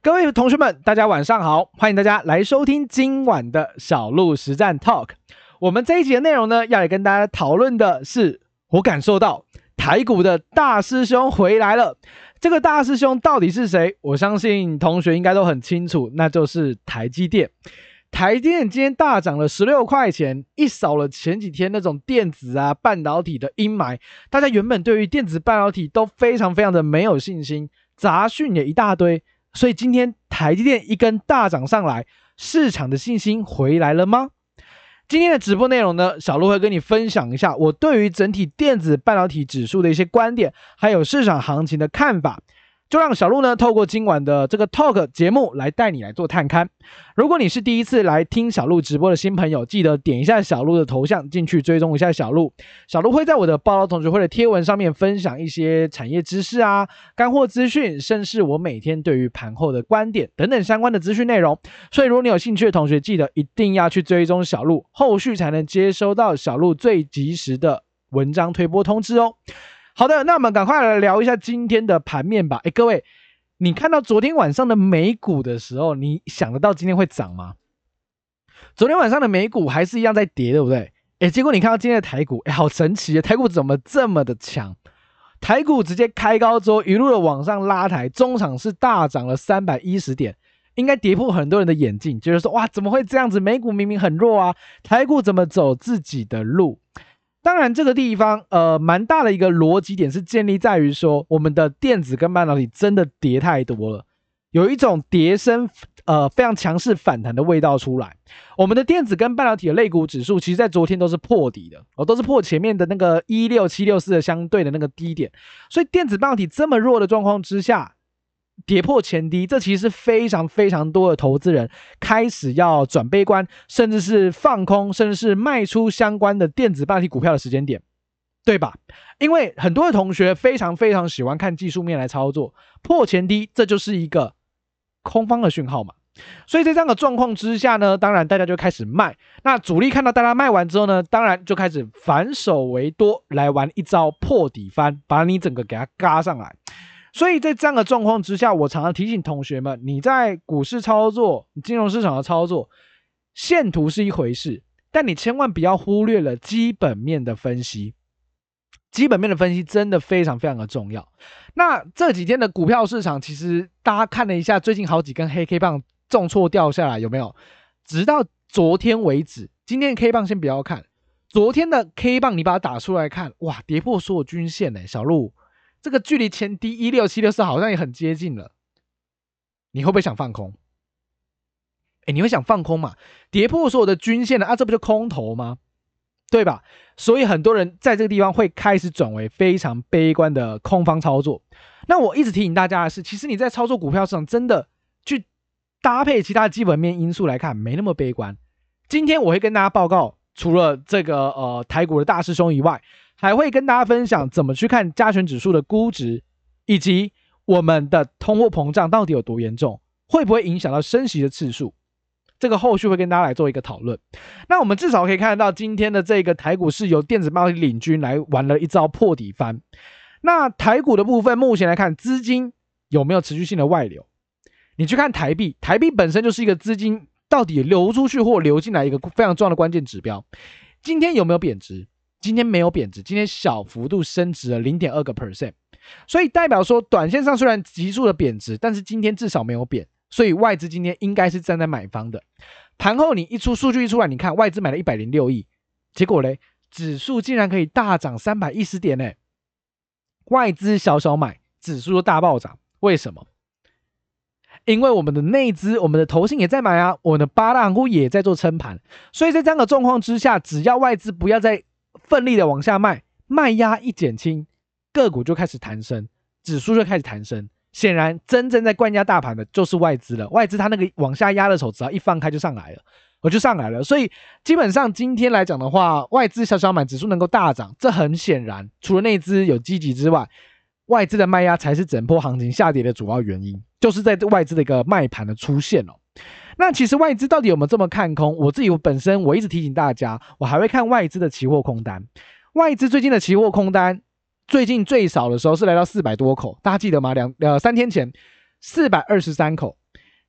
各位同学们，大家晚上好，欢迎大家来收听今晚的小鹿实战 Talk。我们这一集的内容呢，要来跟大家讨论的是，我感受到台股的大师兄回来了。这个大师兄到底是谁？我相信同学应该都很清楚，那就是台积电。台积电今天大涨了16块钱，一扫了前几天那种电子啊、半导体的阴霾。大家原本对于电子半导体都非常的没有信心，杂讯也一大堆。所以今天台积电一根大涨上来，市场的信心回来了吗？今天的直播内容呢，小鹿会跟你分享一下我对于整体电子半导体指数的一些观点，还有市场行情的看法。就让小鹿呢透过今晚的这个 Talk 节目来带你来做探勘。如果你是第一次来听小鹿直播的新朋友，记得点一下小鹿的头像进去追踪一下小鹿。小鹿会在我的报道同学会的贴文上面分享一些产业知识啊、干货资讯，甚至我每天对于盘后的观点等等相关的资讯内容。所以如果你有兴趣的同学，记得一定要去追踪小鹿，后续才能接收到小鹿最及时的文章推播通知哦。好的，那我们赶快来聊一下今天的盘面吧。各位，你看到昨天晚上的美股的时候，你想得到今天会涨吗？昨天晚上的美股还是一样在跌，对不对？结果你看到今天的台股，好神奇啊！台股怎么这么的强？台股直接开高之后，一路的往上拉抬，中场是大涨了310点，应该跌破很多人的眼镜，觉得说哇，怎么会这样子？美股明明很弱啊，台股怎么走自己的路？当然这个地方蛮大的一个逻辑点是建立在于说，我们的电子跟半导体真的跌太多了，有一种跌升非常强势反弹的味道出来。我们的电子跟半导体的类股指数其实在昨天都是破底的，都是破前面的那个16764的相对的那个低点，所以电子半导体这么弱的状况之下，跌破前低，这其实是非常多的投资人开始要转悲观，甚至是放空，甚至是卖出相关的电子半导体股票的时间点，对吧？因为很多的同学非常喜欢看技术面来操作，破前低这就是一个空方的讯号嘛。所以在这样的状况之下呢，当然大家就开始卖，那主力看到大家卖完之后呢，当然就开始反手为多，来玩一招破底翻，把你整个给它嘎上来。所以在这样的状况之下，我常常提醒同学们，你在股市操作、金融市场的操作，线图是一回事，但你千万不要忽略了基本面的分析。基本面的分析真的非常的重要。那这几天的股票市场，其实大家看了一下，最近好几根黑 K 棒重挫掉下来，有没有？直到昨天为止，今天的 K 棒先不要看，昨天的 K 棒你把它打出来看，哇，跌破所有均线欸，小鹿。这个距离前低16764好像也很接近了，你会不会想放空？你会想放空嘛？跌破所有的均线了啊，这不就空头吗？对吧？所以很多人在这个地方会开始转为非常悲观的空方操作。那我一直提醒大家的是，其实你在操作股票市场真的去搭配其他基本面因素来看，没那么悲观。今天我会跟大家报告，除了这个台股的大师兄以外，还会跟大家分享怎么去看加权指数的估值，以及我们的通货膨胀到底有多严重，会不会影响到升息的次数。这个后续会跟大家来做一个讨论。那我们至少可以看得到，今天的这个台股是由电子半导体领军来玩了一招破底翻。那台股的部分，目前来看，资金有没有持续性的外流？你去看台币，台币本身就是一个资金到底流出去或流进来一个非常重要的关键指标。今天有没有贬值？今天没有贬值，今天小幅度升值了 0.2%， 所以代表说短线上虽然急速的贬值，但是今天至少没有贬，所以外资今天应该是站在买方的。盘后你数据一出来，你看外资买了106亿，结果嘞，指数竟然可以大涨310点呢。外资小买，指数就大暴涨，为什么？因为我们的内资、我们的投信也在买啊，我们的八大行库也在做撑盘，所以在这样的状况之下，只要外资不要再奋力的往下卖，卖压一减轻，个股就开始弹升，指数就开始弹升。显然真正在灌压大盘的就是外资了，外资它那个往下压的手只要一放开就上来了，所以基本上今天来讲的话，外资小买指数能够大涨，这很显然除了内资有积极之外，外资的卖压才是整波行情下跌的主要原因，就是在外资的一个卖盘的出现哦。那其实外资到底有没有这么看空？我自己本身我一直提醒大家，我还会看外资的期货空单。外资最近的期货空单，最近最少的时候是来到400多口，大家记得吗？3天前423口，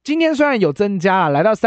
今天虽然有增加来到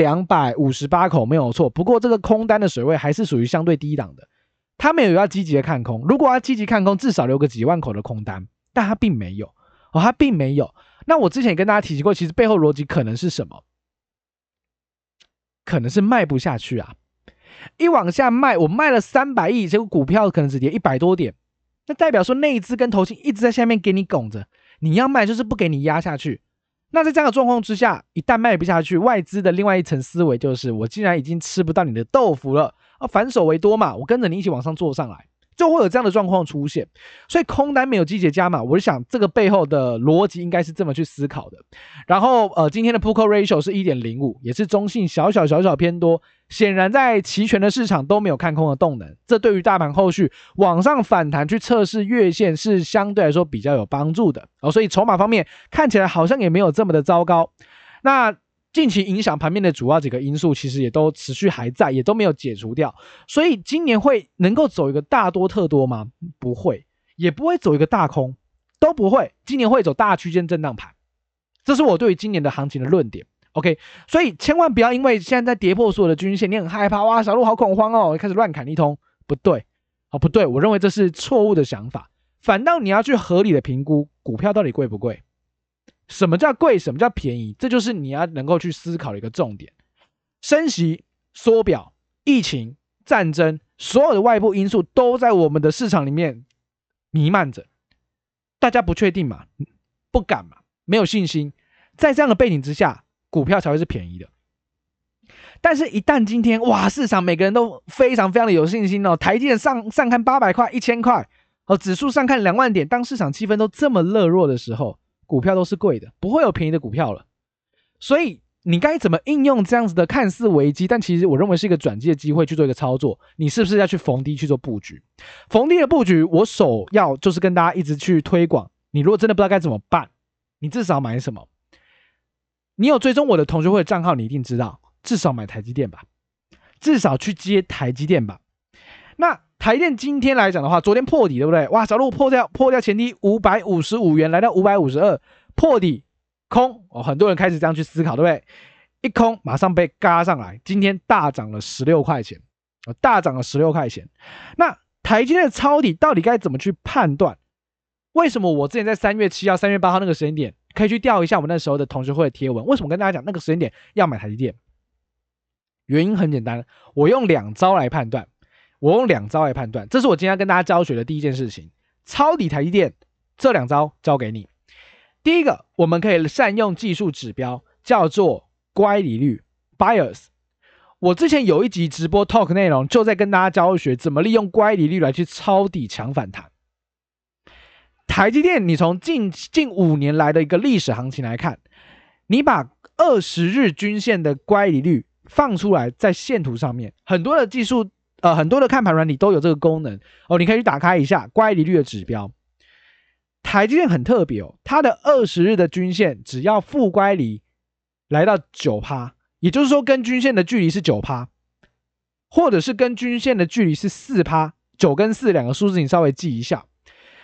3258口没有错，不过这个空单的水位还是属于相对低档的，他没有要积极的看空，如果要积极看空，至少留个几万口的空单，但他并没有，他并没有。那我之前也跟大家提及过，其实背后逻辑可能是什么？可能是卖不下去啊，一往下卖，我卖了300亿，结果股票可能只跌100多点，那代表说内资跟投信一直在下面给你拱着，你要卖就是不给你压下去。那在这样的状况之下，一旦卖不下去，外资的另外一层思维就是，我既然已经吃不到你的豆腐了，反手为多嘛，我跟着你一起往上做上来，就会有这样的状况出现。所以空单没有积极加码，我就想这个背后的逻辑应该是这么去思考的。然后今天的 Put Call Ratio 是 1.05， 也是中性小偏多，显然在期权的市场都没有看空的动能，这对于大盘后续往上反弹去测试月线是相对来说比较有帮助的。所以筹码方面看起来好像也没有这么的糟糕。那近期影响盘面的主要几个因素其实也都持续还在，也都没有解除掉，所以今年会能够走一个大多特多吗？不会，也不会走一个大空，都不会。今年会走大区间震荡盘，这是我对于今年的行情的论点。OK， 所以千万不要因为现在在跌破所有的均线，你很害怕，哇，小鹿好恐慌哦，开始乱砍一通，不对，不对，我认为这是错误的想法，反倒你要去合理的评估股票到底贵不贵。什么叫贵，什么叫便宜，这就是你要能够去思考的一个重点。升息、缩表、疫情、战争，所有的外部因素都在我们的市场里面弥漫着，大家不确定嘛，不敢嘛，没有信心，在这样的背景之下，股票才会是便宜的。但是一旦今天哇，市场每个人都非常的有信心哦，台积电上看800块、1000块，指数上看2万点，当市场气氛都这么热络的时候，股票都是贵的，不会有便宜的股票了。所以你该怎么应用这样子的看似危机，但其实我认为是一个转机的机会去做一个操作？你是不是要去逢低去做布局？逢低的布局，我首要就是跟大家一直去推广。你如果真的不知道该怎么办，你至少买什么？你有追踪我的同学会的账号，你一定知道，至少买台积电吧，至少去接台积电吧。那台积电今天来讲的话，昨天破底，对不对？哇，小鹿破掉前低555元，来到552，破底空很多人开始这样去思考，对不对？一空马上被嘎上来，今天大涨了16块钱，大涨了16块钱。那台积电的抄底到底该怎么去判断？为什么我之前在3月7号、3月8号那个时间点可以去调一下我那时候的同学会的贴文？为什么跟大家讲那个时间点要买台积电？原因很简单，我用2招来判断。这是我今天要跟大家教学的第一件事情。抄底台积电这2招教给你。第一个，我们可以善用技术指标，叫做乖离率 bias。我之前有一集直播 talk 内容，就在跟大家教学怎么利用乖离率来去抄底强反弹。台积电，你从近5年来的一个历史行情来看，你把20日均线的乖离率放出来在线图上面，很多的技术很多的看盘软体都有这个功能你可以去打开一下乖离率的指标。台积电很特别它的20日的均线只要负乖离来到 9%， 也就是说跟均线的距离是 9%， 或者是跟均线的距离是 4%， 9跟4两个数字你稍微记一下，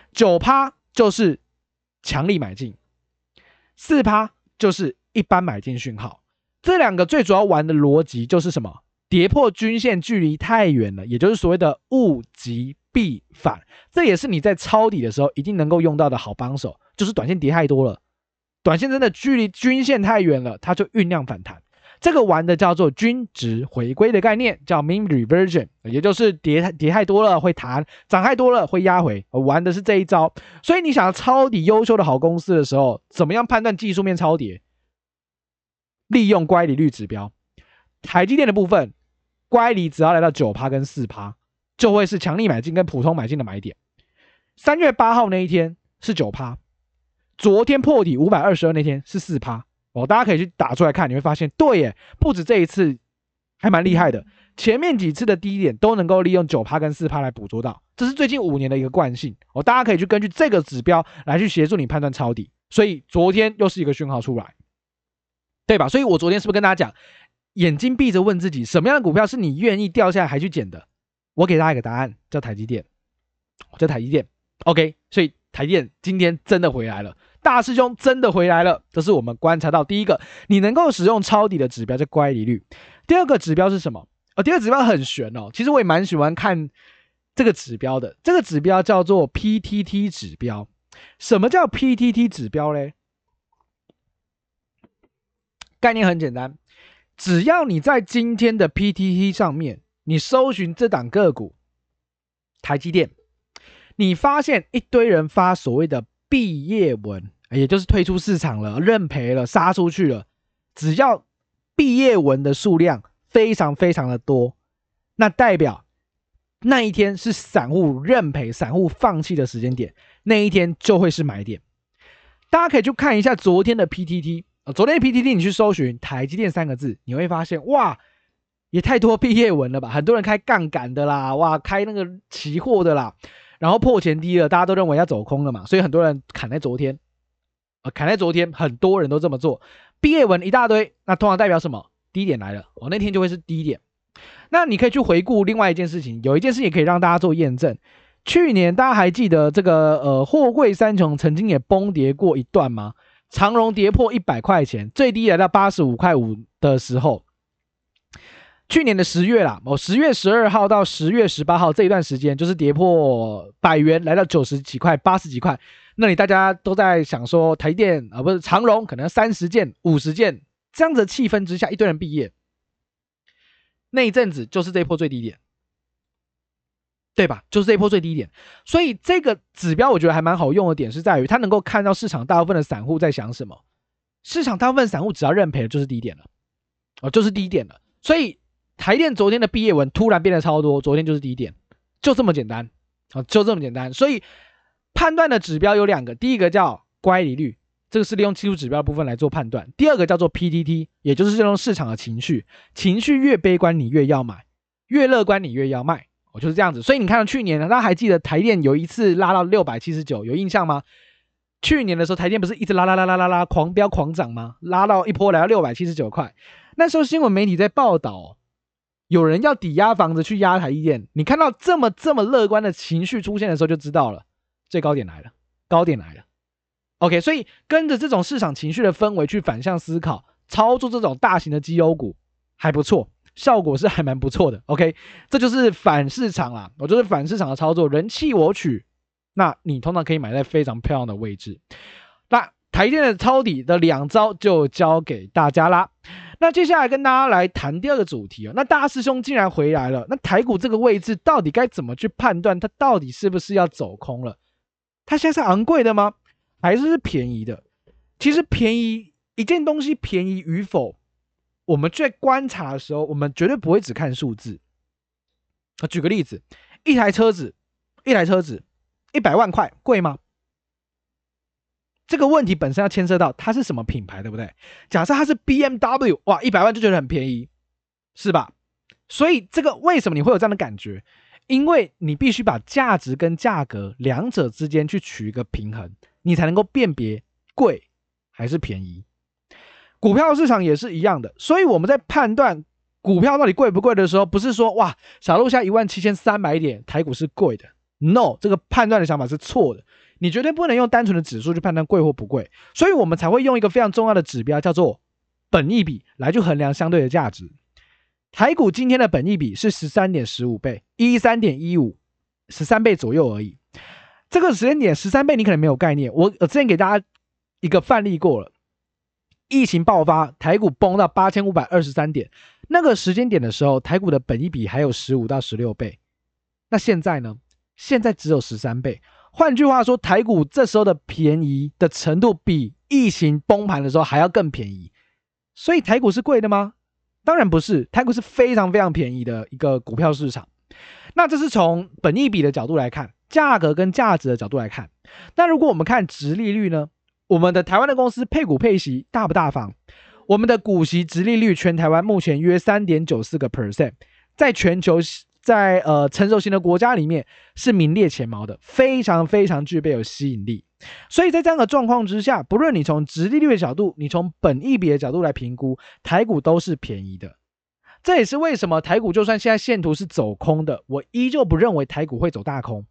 9% 就是强力买进， 4% 就是一般买进讯号。这2个最主要玩的逻辑就是什么？跌破均线距离太远了，也就是所谓的物极必反，这也是你在抄底的时候一定能够用到的好帮手，就是短线跌太多了，短线真的距离均线太远了，它就酝酿反弹。这个玩的叫做均值回归的概念，叫 mean reversion， 也就是跌太多了会弹，涨太多了会压回，玩的是这一招。所以你想要抄底优秀的好公司的时候，怎么样判断技术面超跌？利用乖离率指标。台积电的部分，乖离只要来到 9% 跟 4%， 就会是强力买进跟普通买进的买点。3月8号那一天是 9%， 昨天破底522那天是 4%。大家可以去打出来看，你会发现对耶，不止这一次，还蛮厉害的。前面几次的低点都能够利用 9% 跟 4% 来捕捉到，这是最近5年的一个惯性大家可以去根据这个指标来去协助你判断抄底。所以昨天又是一个讯号出来，对吧？所以我昨天是不是跟大家讲，眼睛闭着问自己，什么样的股票是你愿意掉下来还去捡的？我给大家一个答案，叫台积电，OK， 所以台积电今天真的回来了。 大师兄真的回来了。这是我们观察到第一个，你能够使用抄底的指标叫乖离率。第二个指标是什么？第二个指标很玄哦，其实我也蛮喜欢看这个指标的。这个指标叫做 PTT 指标。什么叫 PTT 指标呢？概念很简单，只要你在今天的 PTT 上面，你搜寻这档个股台积电，你发现一堆人发所谓的毕业文，也就是退出市场了、认赔了、杀出去了，只要毕业文的数量非常非常的多，那代表那一天是散户认赔、散户放弃的时间点，那一天就会是买点。大家可以去看一下昨天的 PTT， 昨天的 PTT 你去搜寻台积电3个字，你会发现哇，也太多毕业文了吧，很多人开杠杆的啦，哇，开那个期货的啦，然后破前低了，大家都认为要走空了嘛，所以很多人砍在昨天，很多人都这么做，毕业文一大堆，那通常代表什么？低点来了，那天就会是低点。那你可以去回顾另外一件事情，有一件事情可以让大家做验证。去年大家还记得这个货柜三雄曾经也崩跌过一段吗？长荣跌破100块钱，最低来到85.5块的时候，去年的10月啦，10月12号到10月18号这一段时间，就是跌破100元，来到90几块、80几块。那里大家都在想说，台电不是长荣可能30件、50件这样子的气氛之下，一堆人毕业，那一阵子就是这一波最低点。对吧？就是这一波最低点，所以这个指标我觉得还蛮好用的点是在于，它能够看到市场大部分的散户在想什么。市场大部分散户只要认赔了就是低点了，就是低点了。所以台电昨天的毕业文突然变得超多，昨天就是低点，就这么简单，就这么简单。所以判断的指标有2个，第一个叫乖离率，这个是利用技术指标的部分来做判断；第二个叫做 PTT， 也就是利用市场的情绪，情绪越悲观你越要买，越乐观你越要卖。就是这样子，所以你看到去年呢，大家还记得台电有一次拉到679，有印象吗？去年的时候，台电不是一直拉，狂飙狂涨吗？拉到一波来到679块。那时候新闻媒体在报道，有人要抵押房子去压台积电。你看到这么乐观的情绪出现的时候，就知道了，最高点来了，高点来了。OK， 所以跟着这种市场情绪的氛围去反向思考，操作这种大型的绩优股还不错。效果是还蛮不错的 ，OK， 这就是反市场啦，就是反市场的操作，人气我取，那你通常可以买在非常漂亮的位置。那台电的抄底的2招就交给大家啦。那接下来跟大家来谈第二个主题那大师兄竟然回来了，那台股这个位置到底该怎么去判断它到底是不是要走空了？它现在是昂贵的吗？还是便宜的？其实便宜一件东西便宜与否，我们在观察的时候，我们绝对不会只看数字。举个例子，一台车子100万块，贵吗？这个问题本身要牵涉到它是什么品牌，对不对？假设它是 BMW， 哇，100万就觉得很便宜，是吧？所以这个为什么你会有这样的感觉？因为你必须把价值跟价格两者之间去取一个平衡，你才能够辨别贵还是便宜。股票市场也是一样的，所以我们在判断股票到底贵不贵的时候，不是说哇，小鹿下17300点，台股是贵的 ，no， 这个判断的想法是错的。你绝对不能用单纯的指数去判断贵或不贵，所以我们才会用一个非常重要的指标，叫做本益比来去衡量相对的价值。台股今天的本益比是 13.15 倍 13.15 13倍左右而已。这个时间点13倍你可能没有概念，我之前给大家一个范例过了。疫情爆发，台股崩到8523点，那个时间点的时候，台股的本益比还有15到16倍。那现在呢？现在只有13倍。换句话说，台股这时候的便宜的程度比疫情崩盘的时候还要更便宜。所以台股是贵的吗？当然不是，台股是非常非常便宜的一个股票市场。那这是从本益比的角度来看，价格跟价值的角度来看。那如果我们看殖利率呢？我们的台湾的公司配股配息大不大方？我们的股息殖利率全台湾目前约 3.94%， 在全球在成熟型的国家里面是名列前茅的，非常非常具备有吸引力。所以在这样的状况之下，不论你从殖利率的角度，你从本益比的角度来评估，台股都是便宜的。这也是为什么台股就算现在线图是走空的，我依旧不认为台股会走大空。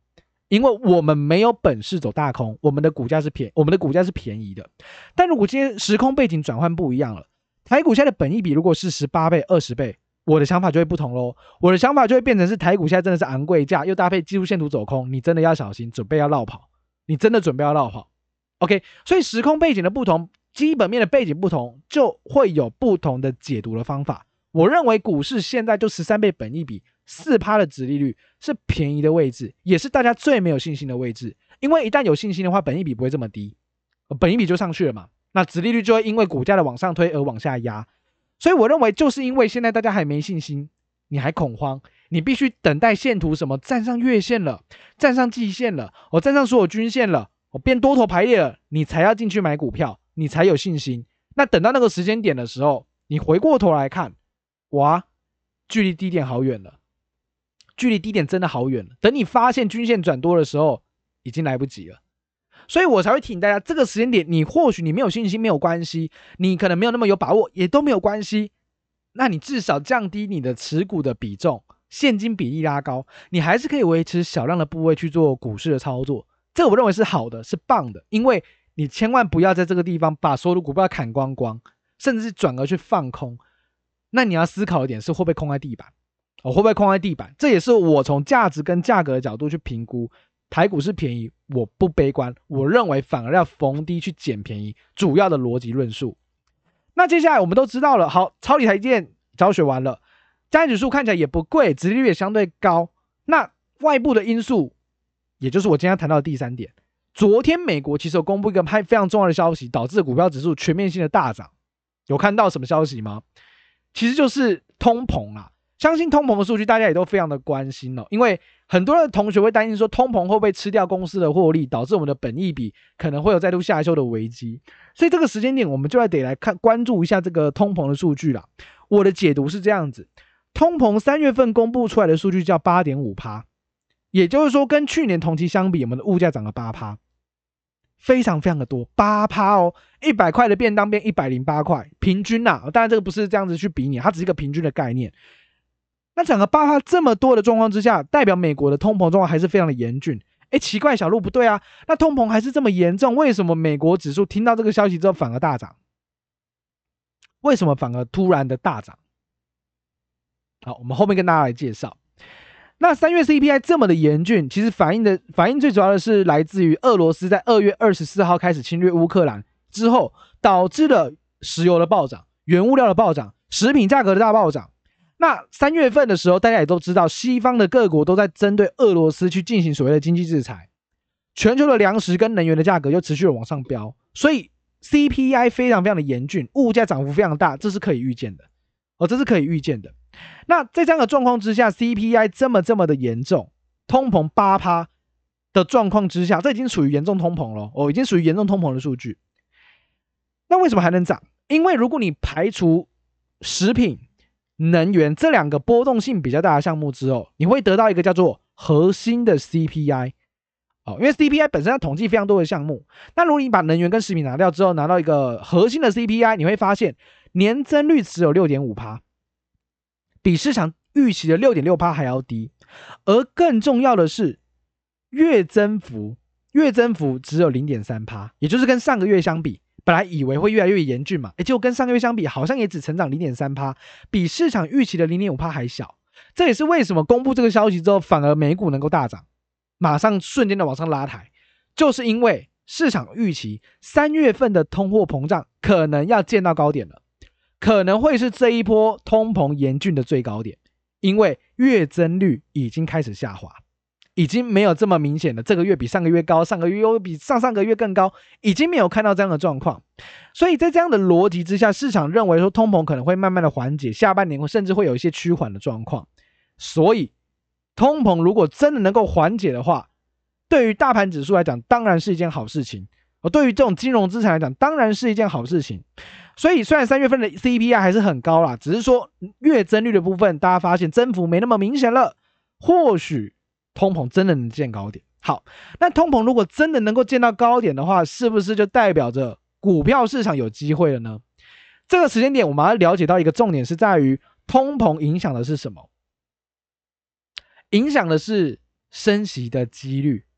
因为我们没有本事走大空，我们的股价是便宜的。但如果今天时空背景转换不一样了，台股现在的本益比如果是18倍、20倍，我的想法就会不同咯。我的想法就会变成是台股现在真的是昂贵价，又搭配技术线图走空，你真的要小心，准备要绕跑，你真的准备要绕跑。OK， 所以时空背景的不同，基本面的背景不同，就会有不同的解读的方法。我认为股市现在就13倍本益比，4% 的殖利率是便宜的位置，也是大家最没有信心的位置。因为一旦有信心的话，本益比不会这么低，本益比就上去了嘛，那殖利率就会因为股价的往上推而往下压。所以我认为就是因为现在大家还没信心，你还恐慌，你必须等待线图什么站上月线了，站上季线了，站上所有均线了，变多头排列了，你才要进去买股票，你才有信心。那等到那个时间点的时候，你回过头来看，哇，距离低点好远了，距离低点真的好远了。等你发现均线转多的时候，已经来不及了。所以我才会提醒大家，这个时间点，你或许你没有信心没有关系，你可能没有那么有把握也都没有关系，那你至少降低你的持股的比重，现金比例拉高，你还是可以维持小量的部位去做股市的操作。这个我认为是好的，是棒的，因为你千万不要在这个地方把所有的股票砍光光，甚至是转而去放空。那你要思考的点是会不会空在地板，会不会空在地板？这也是我从价值跟价格的角度去评估。台股是便宜，我不悲观，我认为反而要逢低去捡便宜，主要的逻辑论述。那接下来我们都知道了，好，抄底台积电教学完了，加权指数看起来也不贵，殖利率也相对高。那外部的因素，也就是我今天要谈到的第3点，昨天美国其实有公布一个非常重要的消息，导致股票指数全面性的大涨。有看到什么消息吗？其实就是通膨啊。相信通膨的数据大家也都非常的关心因为很多的同学会担心说通膨会不会吃掉公司的获利，导致我们的本益比可能会有再度下修的危机。所以这个时间点我们就得来关注一下这个通膨的数据啦。我的解读是这样子，通膨3月份公布出来的数据叫 8.5%， 也就是说跟去年同期相比，我们的物价涨了 8%， 非常非常的多， 8% 100块的便当变108块，平均当然这个不是这样子去比拟，它只是一个平均的概念。那涨了 8% 这么多的状况之下，代表美国的通膨状况还是非常的严峻。奇怪，小路不对啊，那通膨还是这么严重，为什么美国指数听到这个消息之后反而大涨？为什么反而突然的大涨？好，我们后面跟大家来介绍。那3月 CPI 这么的严峻，其实反应最主要的是来自于俄罗斯在2月24号开始侵略乌克兰之后，导致了石油的暴涨、原物料的暴涨、食品价格的大暴涨。那3月份的时候，大家也都知道，西方的各国都在针对俄罗斯去进行所谓的经济制裁，全球的粮食跟能源的价格又持续的往上飙，所以 CPI 非常非常的严峻，物价涨幅非常大，这是可以预见的这是可以预见的。那在这样的状况之下 ，CPI 这么的严重，通膨 8% 的状况之下，这已经属于严重通膨了已经属于严重通膨的数据。那为什么还能涨？因为如果你排除食品、能源这2个波动性比较大的项目之后，你会得到一个叫做核心的 CPI。因为 CPI 本身要统计非常多的项目，那如果你把能源跟食品拿掉之后，拿到一个核心的 CPI， 你会发现年增率只有 6.5%， 比市场预期的 6.6% 还要低。而更重要的是月增幅只有 0.3%， 也就是跟上个月相比，本来以为会越来越严峻嘛，结果跟上个月相比，好像也只成长 0.3%， 比市场预期的 0.5% 还小。这也是为什么公布这个消息之后，反而美股能够大涨，马上瞬间的往上拉抬，就是因为市场预期3月份的通货膨胀可能要见到高点了，可能会是这一波通膨严峻的最高点，因为月增率已经开始下滑，已经没有这么明显的这个月比上个月高，上个月又比上个月更高，已经没有看到这样的状况。所以在这样的逻辑之下，市场认为说通膨可能会慢慢的缓解，下半年甚至会有一些趋缓的状况。所以通膨如果真的能够缓解的话，对于大盘指数来讲当然是一件好事情，对于这种金融资产来讲当然是一件好事情。所以虽然3月份的 CPI 还是很高啦，只是说月增率的部分大家发现增幅没那么明显了，或许通膨真的能见高点。好，那通膨如果真的能够见到高点的话，是不是就代表着股票市场有机会了呢？这个时间点我们要了解到一个重点，是在于通膨影响的是什么？影响的是升息的几率。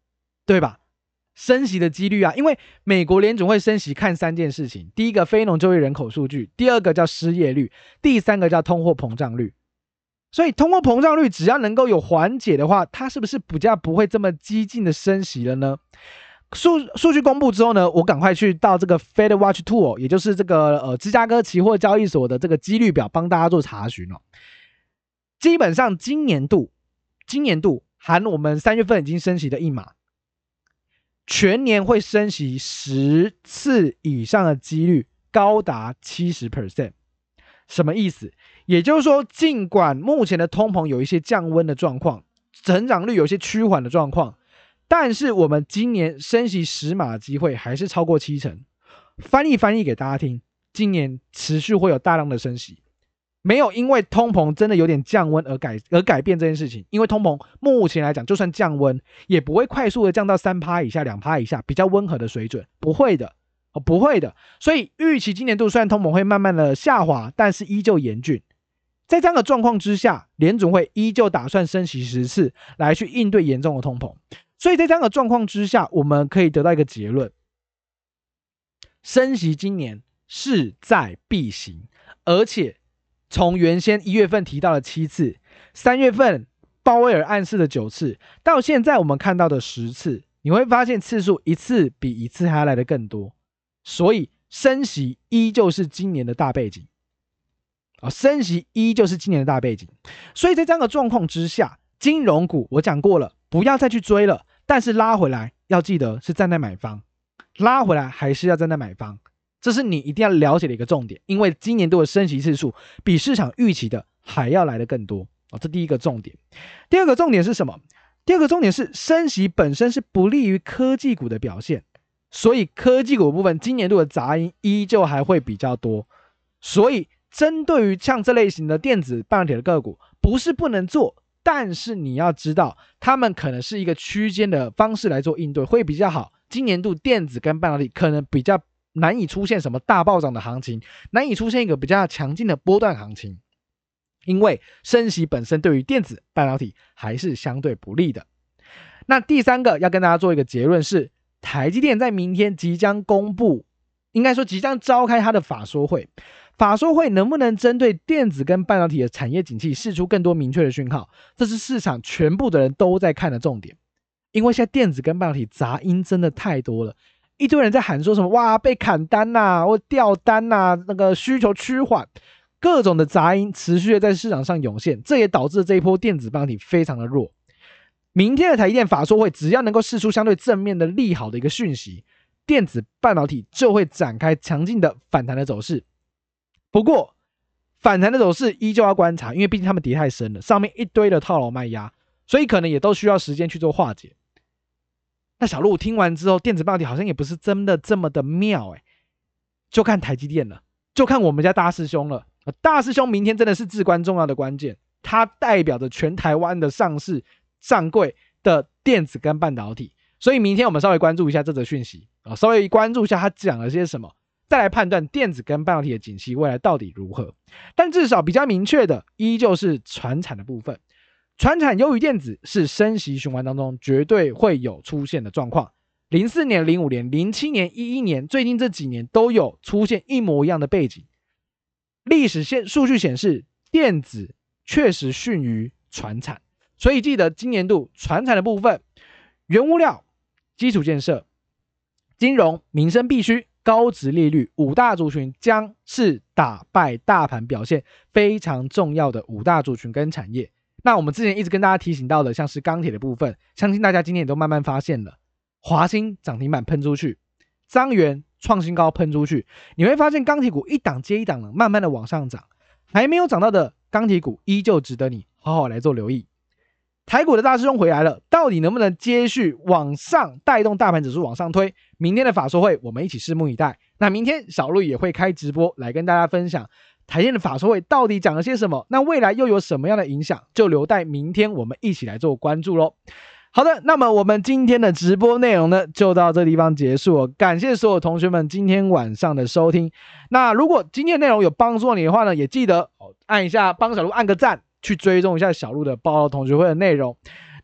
对吧？升息的几率啊，因为美国联准会升息看3件事情，第一个非农就业人口数据，第二个叫失业率，第三个叫通货膨胀率。所以通货膨胀率只要能够有缓解的话，它是不是比较不会这么激进的升息了呢？数据公布之后呢，我赶快去到这个 Fed Watch Tool， 也就是这个芝加哥期货交易所的这个几率表，帮大家做查询哦。基本上今年度含我们3月份已经升息的一码，全年会升息10次以上的几率高达 70%。 什么意思？也就是说，尽管目前的通膨有一些降温的状况，成长率有一些趋缓的状况，但是我们今年升息10码的机会还是超过70%。翻译给大家听，今年持续会有大量的升息，没有因为通膨真的有点降温而改变这件事情。因为通膨目前来讲，就算降温，也不会快速的降到3%以下、2%以下，比较温和的水准，不会的。不会的，所以预期今年度虽然通膨会慢慢的下滑，但是依旧严峻。在这样的状况之下，联准会依旧打算升息10次来去应对严重的通膨。所以在这样的状况之下，我们可以得到一个结论：升息今年势在必行，而且从原先1月份提到的7次，3月份鲍威尔暗示的9次，到现在我们看到的10次，你会发现次数一次比一次还要来得更多。所以升息依旧是今年的大背景，升息依旧是今年的大背景。所以在这样的状况之下，金融股我讲过了，不要再去追了，但是拉回来要记得是站在买方，拉回来还是要站在买方，这是你一定要了解的一个重点。因为今年度的升息次数比市场预期的还要来得更多，这第一个重点。第二个重点是什么？第二个重点是升息本身是不利于科技股的表现，所以科技股的部分今年度的杂音依旧还会比较多。所以针对于像这类型的电子半导体的个股，不是不能做，但是你要知道他们可能是一个区间的方式来做应对会比较好。今年度电子跟半导体可能比较难以出现什么大暴涨的行情，难以出现一个比较强劲的波段行情，因为升息本身对于电子半导体还是相对不利的。那第三个要跟大家做一个结论是，台积电在明天即将公布，应该说即将召开它的法说会。法说会能不能针对电子跟半导体的产业景气释出更多明确的讯号，这是市场全部的人都在看的重点。因为现在电子跟半导体杂音真的太多了，一堆人在喊说什么哇被砍单啊，或掉单啊，那个需求趋缓，各种的杂音持续的在市场上涌现，这也导致这一波电子半导体非常的弱。明天的台积电法说会只要能够释出相对正面的利好的一个讯息，电子半导体就会展开强劲的反弹的走势。不过反弹的走势依旧要观察，因为毕竟他们跌太深了，上面一堆的套牢卖压，所以可能也都需要时间去做化解。那小鹿听完之后，电子半导体好像也不是真的这么的妙就看台积电了，就看我们家大师兄了。大师兄明天真的是至关重要的关键，它代表着全台湾的上市上柜的电子跟半导体，所以明天我们稍微关注一下这则讯息，稍微关注一下他讲了些什么，再来判断电子跟半导体的景气未来到底如何。但至少比较明确的依旧是传产的部分，传产优于电子是升息循环当中绝对会有出现的状况。04年、05年、07年、11年，最近这几年都有出现一模一样的背景。历史数据显示，电子确实逊于传产，所以记得今年度传产的部分，原物料、基础建设、金融、民生必需、高殖利率5大族群将是打败大盘表现非常重要的5大族群跟产业。那我们之前一直跟大家提醒到的，像是钢铁的部分，相信大家今天也都慢慢发现了，华兴涨停板喷出去，彰源创新高喷出去，你会发现钢铁股一档接一档的慢慢的往上涨，还没有涨到的钢铁股依旧值得你好好来做留意。台股的大师兄回来了，到底能不能接续往上带动大盘指数往上推？明天的法说会我们一起拭目以待。那明天小鹿也会开直播来跟大家分享台积电的法说会到底讲了些什么，那未来又有什么样的影响，就留待明天我们一起来做关注咯。好的，那么我们今天的直播内容呢，就到这地方结束了。感谢所有同学们今天晚上的收听。那如果今天的内容有帮助到你的话呢，也记得按一下帮小鹿按个赞，去追踪一下小鹿的报道同学会的内容。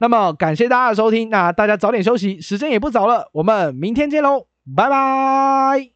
那么感谢大家的收听，那大家早点休息，时间也不早了，我们明天见喽，拜拜。